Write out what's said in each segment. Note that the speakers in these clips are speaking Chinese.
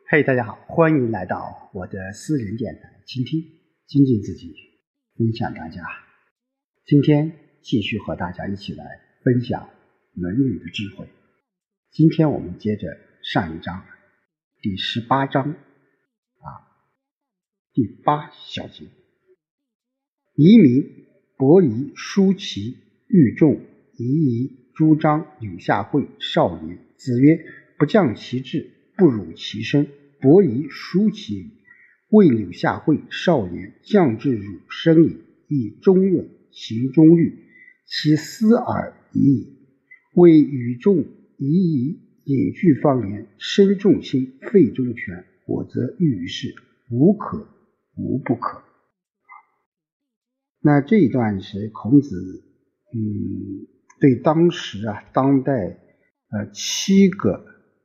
嘿，大家好，欢迎来到我的私人电台，倾听，精进自己，分享大家。今天继续和大家一起来分享《论语》的智慧。今天我们接着上一章第18章第8小节。夷民、伯夷、叔齐、豫仲、夷夷、朱张、吕夏惠、少年。子曰：不降其志，不辱其身。伯夷、叔齐谓吕夏惠、少年：降志辱身矣，以中润，行中欲，其思而已矣。谓与众、夷夷、隐居方言，身重轻，肺中权，我则欲于事，无可无不可。那这一段是孔子对当时当代7个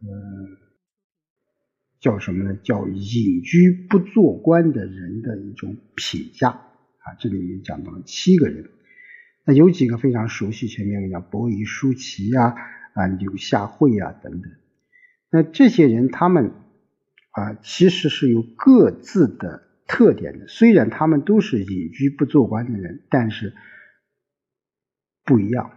叫什么呢？叫隐居不做官的人的一种评价这里面讲到了7个人。那有几个非常熟悉，前面我讲伯夷、叔齐吕夏惠等等。那这些人他们其实是有各自的特点的，虽然他们都是隐居不做官的人，但是不一样。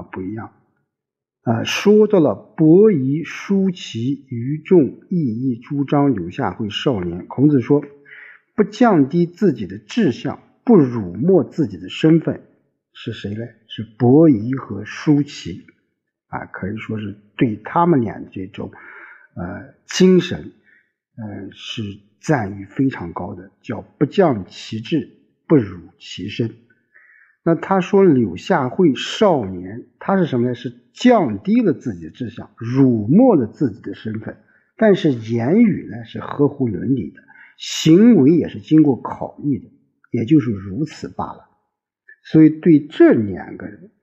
说到了伯夷、叔齐、豫仲、夷夷、朱张、吕夏惠、少年，孔子说不降低自己的志向，不辱没自己的身份，是谁呢？是伯夷和叔齐可以说是对他们俩的这种精神是赞誉非常高的，叫不降其志，不辱其身。那他说吕夏惠少年，他是什么呢？是降低了自己的志向，辱没了自己的身份，但是言语呢是合乎伦理的，行为也是经过考虑的，也就是如此罢了。所以对这2个人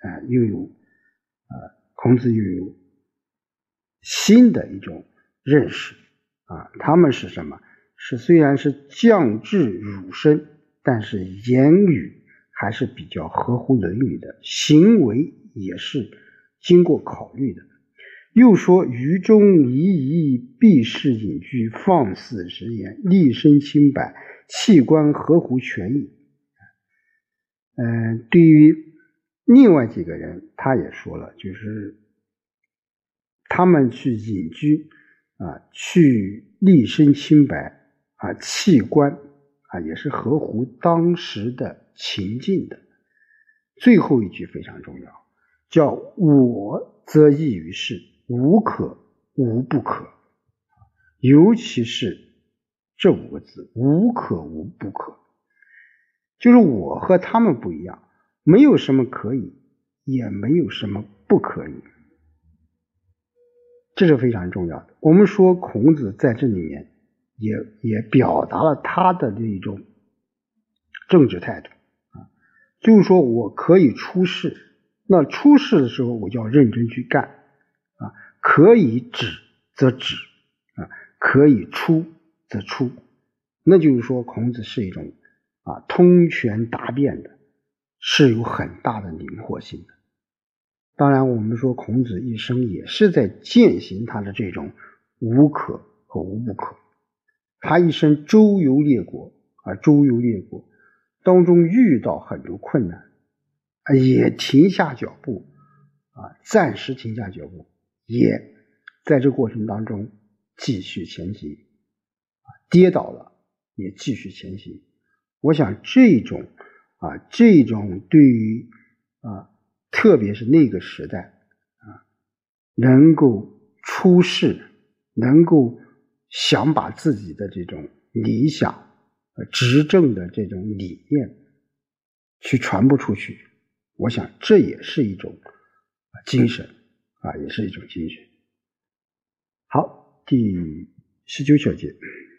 孔子又有新的一种认识他们是什么？是虽然是降志辱身，但是言语还是比较合乎伦理的，行为也是经过考虑的。又说于中、夷夷避世隐居，放肆直言，立身清白，器官合乎权益。对于另外几个人他也说了，就是他们去隐居去立身清白器官也是合乎当时的情境的。最后一句非常重要，叫我则异于事，无可无不可。尤其是这5个字，无可无不可，就是我和他们不一样，没有什么可以，也没有什么不可以，这是非常重要的。我们说孔子在这里面也表达了他的这种政治态度就是说我可以出事，那出事的时候我就要认真去干可以止则止可以出则出。那就是说孔子是一种通权达变的，是有很大的灵活性的。当然我们说孔子一生也是在践行他的这种无可和无不可。他一生周游列国当中遇到很多困难也停下脚步暂时停下脚步，也在这过程当中继续前行跌倒了也继续前行。我想这种对于特别是那个时代能够出世，能够想把自己的这种理想执政的这种理念去传播出去，我想这也是一种精神也是一种精神。好，第19小节。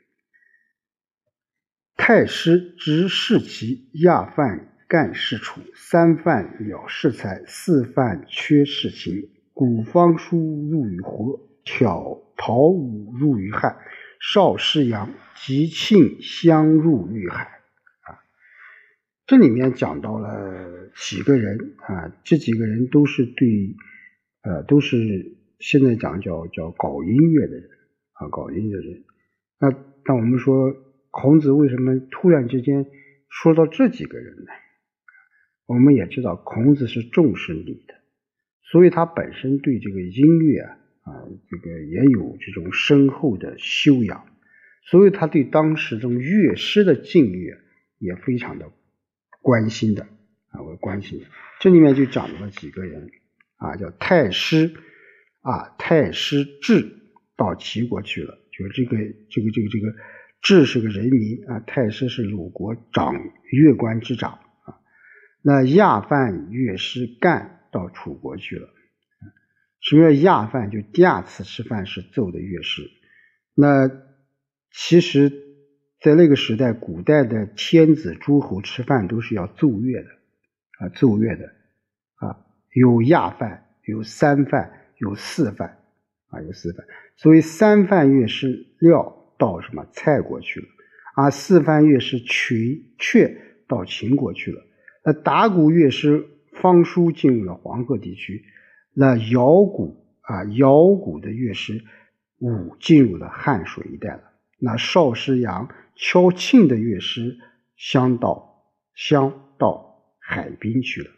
太师执事齐，亚饭干事楚，3饭了事财，4饭缺事情，古方叔入于活，陶武入于汉，少师阳及庆相入于海这里面讲到了几个人这几个人都是都是现在讲叫搞音乐的人搞音乐的人。 那我们说孔子为什么突然之间说到这几个人呢？我们也知道孔子是重视礼的，所以他本身对这个音乐这个也有这种深厚的修养，所以他对当时这种乐师的敬乐也非常的关心的关心。这里面就讲了几个人叫太师太师治到齐国去了，就是这个治是个人名太师是鲁国乐官之长那亚范乐师干到楚国去了。什么叫亚范？就第二次吃饭是奏的乐师。那其实在那个时代，古代的天子诸侯吃饭都是要奏乐的奏乐的有亚范，有三范，有四范有四范。所以三范乐师廖到什么蔡国去了四范乐师阙到秦国去了。那打鼓乐师方叔进入了黄河地区。那摇鼓的乐师武进入了汉水一带了。那少师阳敲磬的乐师相到海滨去了。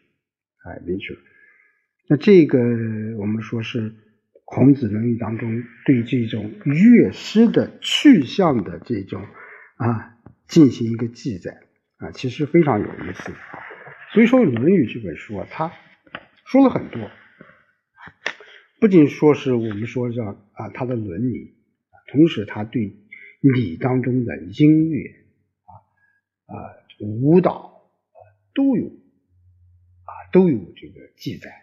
那这个我们说是孔子论语当中对这种乐师的去向的这种进行一个记载其实非常有意思。所以说《论语》这本书他说了很多，不仅说是我们说让他的伦理，同时他对礼当中的音乐舞蹈都有这个记载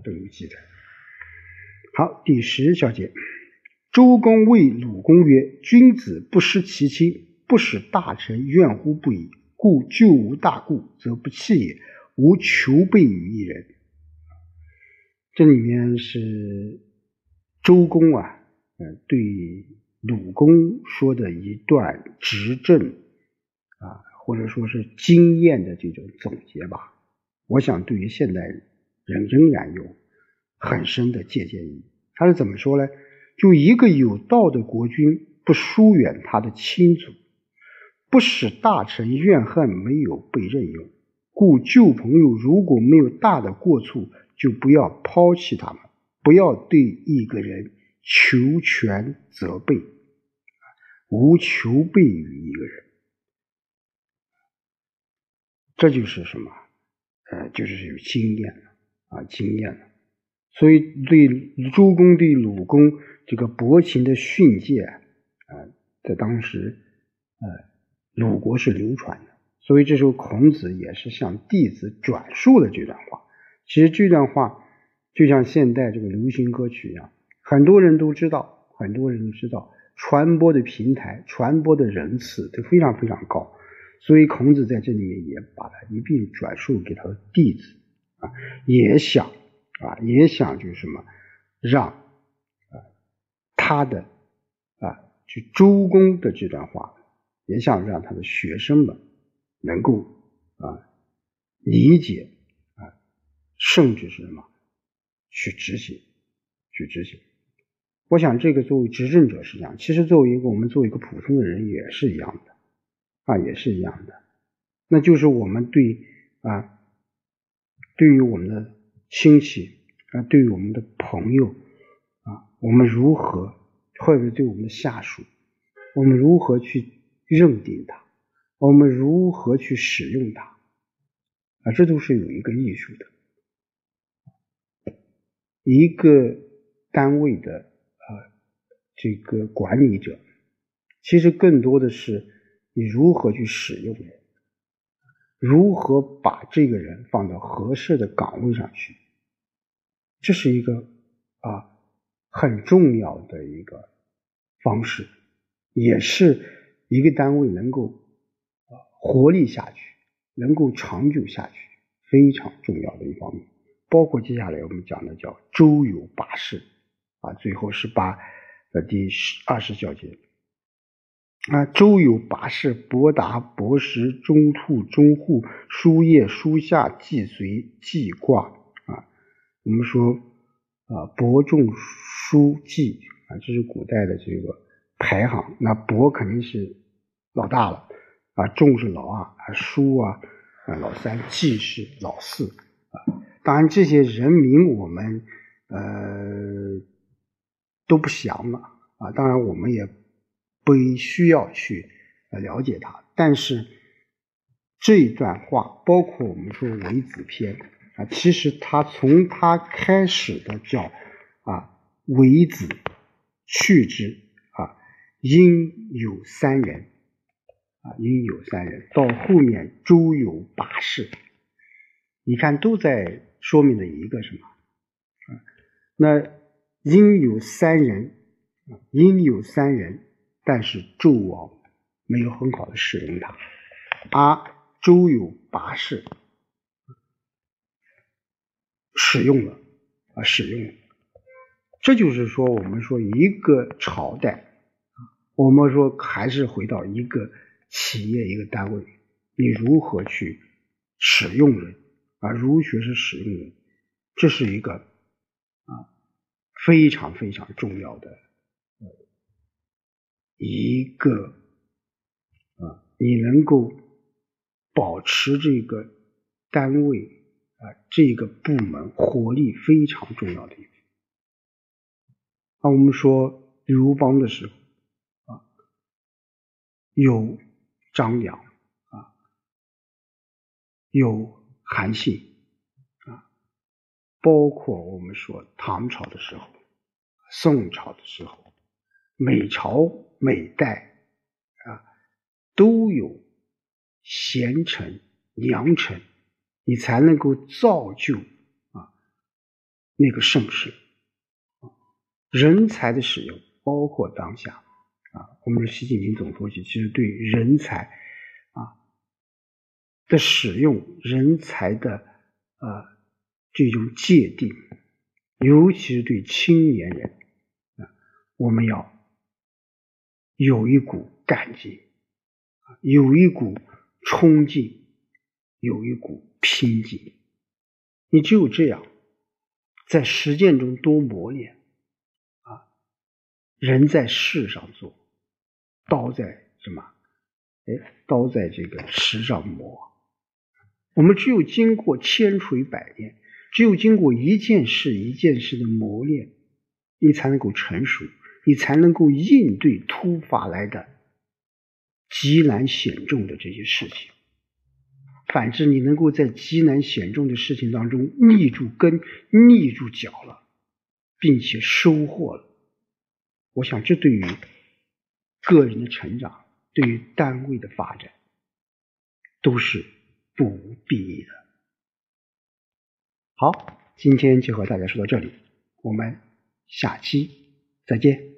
好，第10小节，周公谓鲁公曰：君子不失其亲，不使大臣怨乎不已，故就无大故，则不弃也，无求备于一人。这里面是周公对鲁公说的一段执政或者说是经验的这种总结吧。我想对于现代人仍然有很深的借鉴意义。他是怎么说呢？就一个有道的国君不疏远他的亲族，不使大臣怨恨没有被任用，故旧朋友如果没有大的过错，就不要抛弃他们，不要对一个人求全责备，无求备于一个人。这就是什么？就是有经验了。所以对周公对鲁公这个薄情的训诫在当时鲁国是流传的。所以这时候孔子也是向弟子转述了这段话。其实这段话就像现代这个流行歌曲一样，很多人都知道，传播的平台、传播的人次都非常非常高。所以孔子在这里面也把它一并转述给他的弟子也想就是什么，让他的就周公的这段话，也想让他的学生们能够理解甚至是什么去执行。我想这个作为执政者是这样，其实我们作为一个普通的人也是一样的那就是我们对于我们的亲戚对于我们的朋友我们如何，或者对我们的下属，我们如何去认定它，我们如何去使用它这都是有一个艺术的。一个单位的这个管理者，其实更多的是你如何去使用人，如何把这个人放到合适的岗位上去，这是一个很重要的一个方式，也是一个单位能够活力下去，能够长久下去非常重要的一方面。包括接下来我们讲的叫周有八士最后18的第20小节周有八士：伯达、伯识、中兔、中户、叔夜、叔夏、季随、季卦我们说伯仲、叔季这是古代的这个排行，那伯肯定是老大了啊，仲是老二，叔老三，季是老四啊。当然这些人名我们都不详了啊，当然我们也不需要去了解它，但是这一段话包括我们说为子篇啊，其实它从它开始的叫为子去之应有三人应有三人，到后面周有八士，你看都在说明的一个什么那应有三人但是纣王没有很好的使用它，周有八士使用了。这就是说我们说一个朝代，我们说还是回到一个企业一个单位，你如何去使用人如何是使用人，这是一个非常非常重要的一个你能够保持这个单位这个部门活力非常重要的一步。我们说刘邦的时候有张良有韩信包括我们说唐朝的时候宋朝的时候每朝每代都有贤臣良臣，你才能够造就那个盛世。人才的使用包括当下我们说习近平总书记其实对人才的使用，人才的这种界定，尤其是对青年人我们要有一股干劲，有一股冲劲，有一股拼劲。你只有这样在实践中多磨练人在世上做，刀在什么？刀在这个石上磨。我们只有经过千锤百炼，只有经过一件事一件事的磨练，你才能够成熟，你才能够应对突发来的极难险重的这些事情。反之，你能够在极难险重的事情当中立住根、立住脚了，并且收获了，我想这对于个人的成长，对于单位的发展都是不无裨益的。好，今天就和大家说到这里，我们下期再见。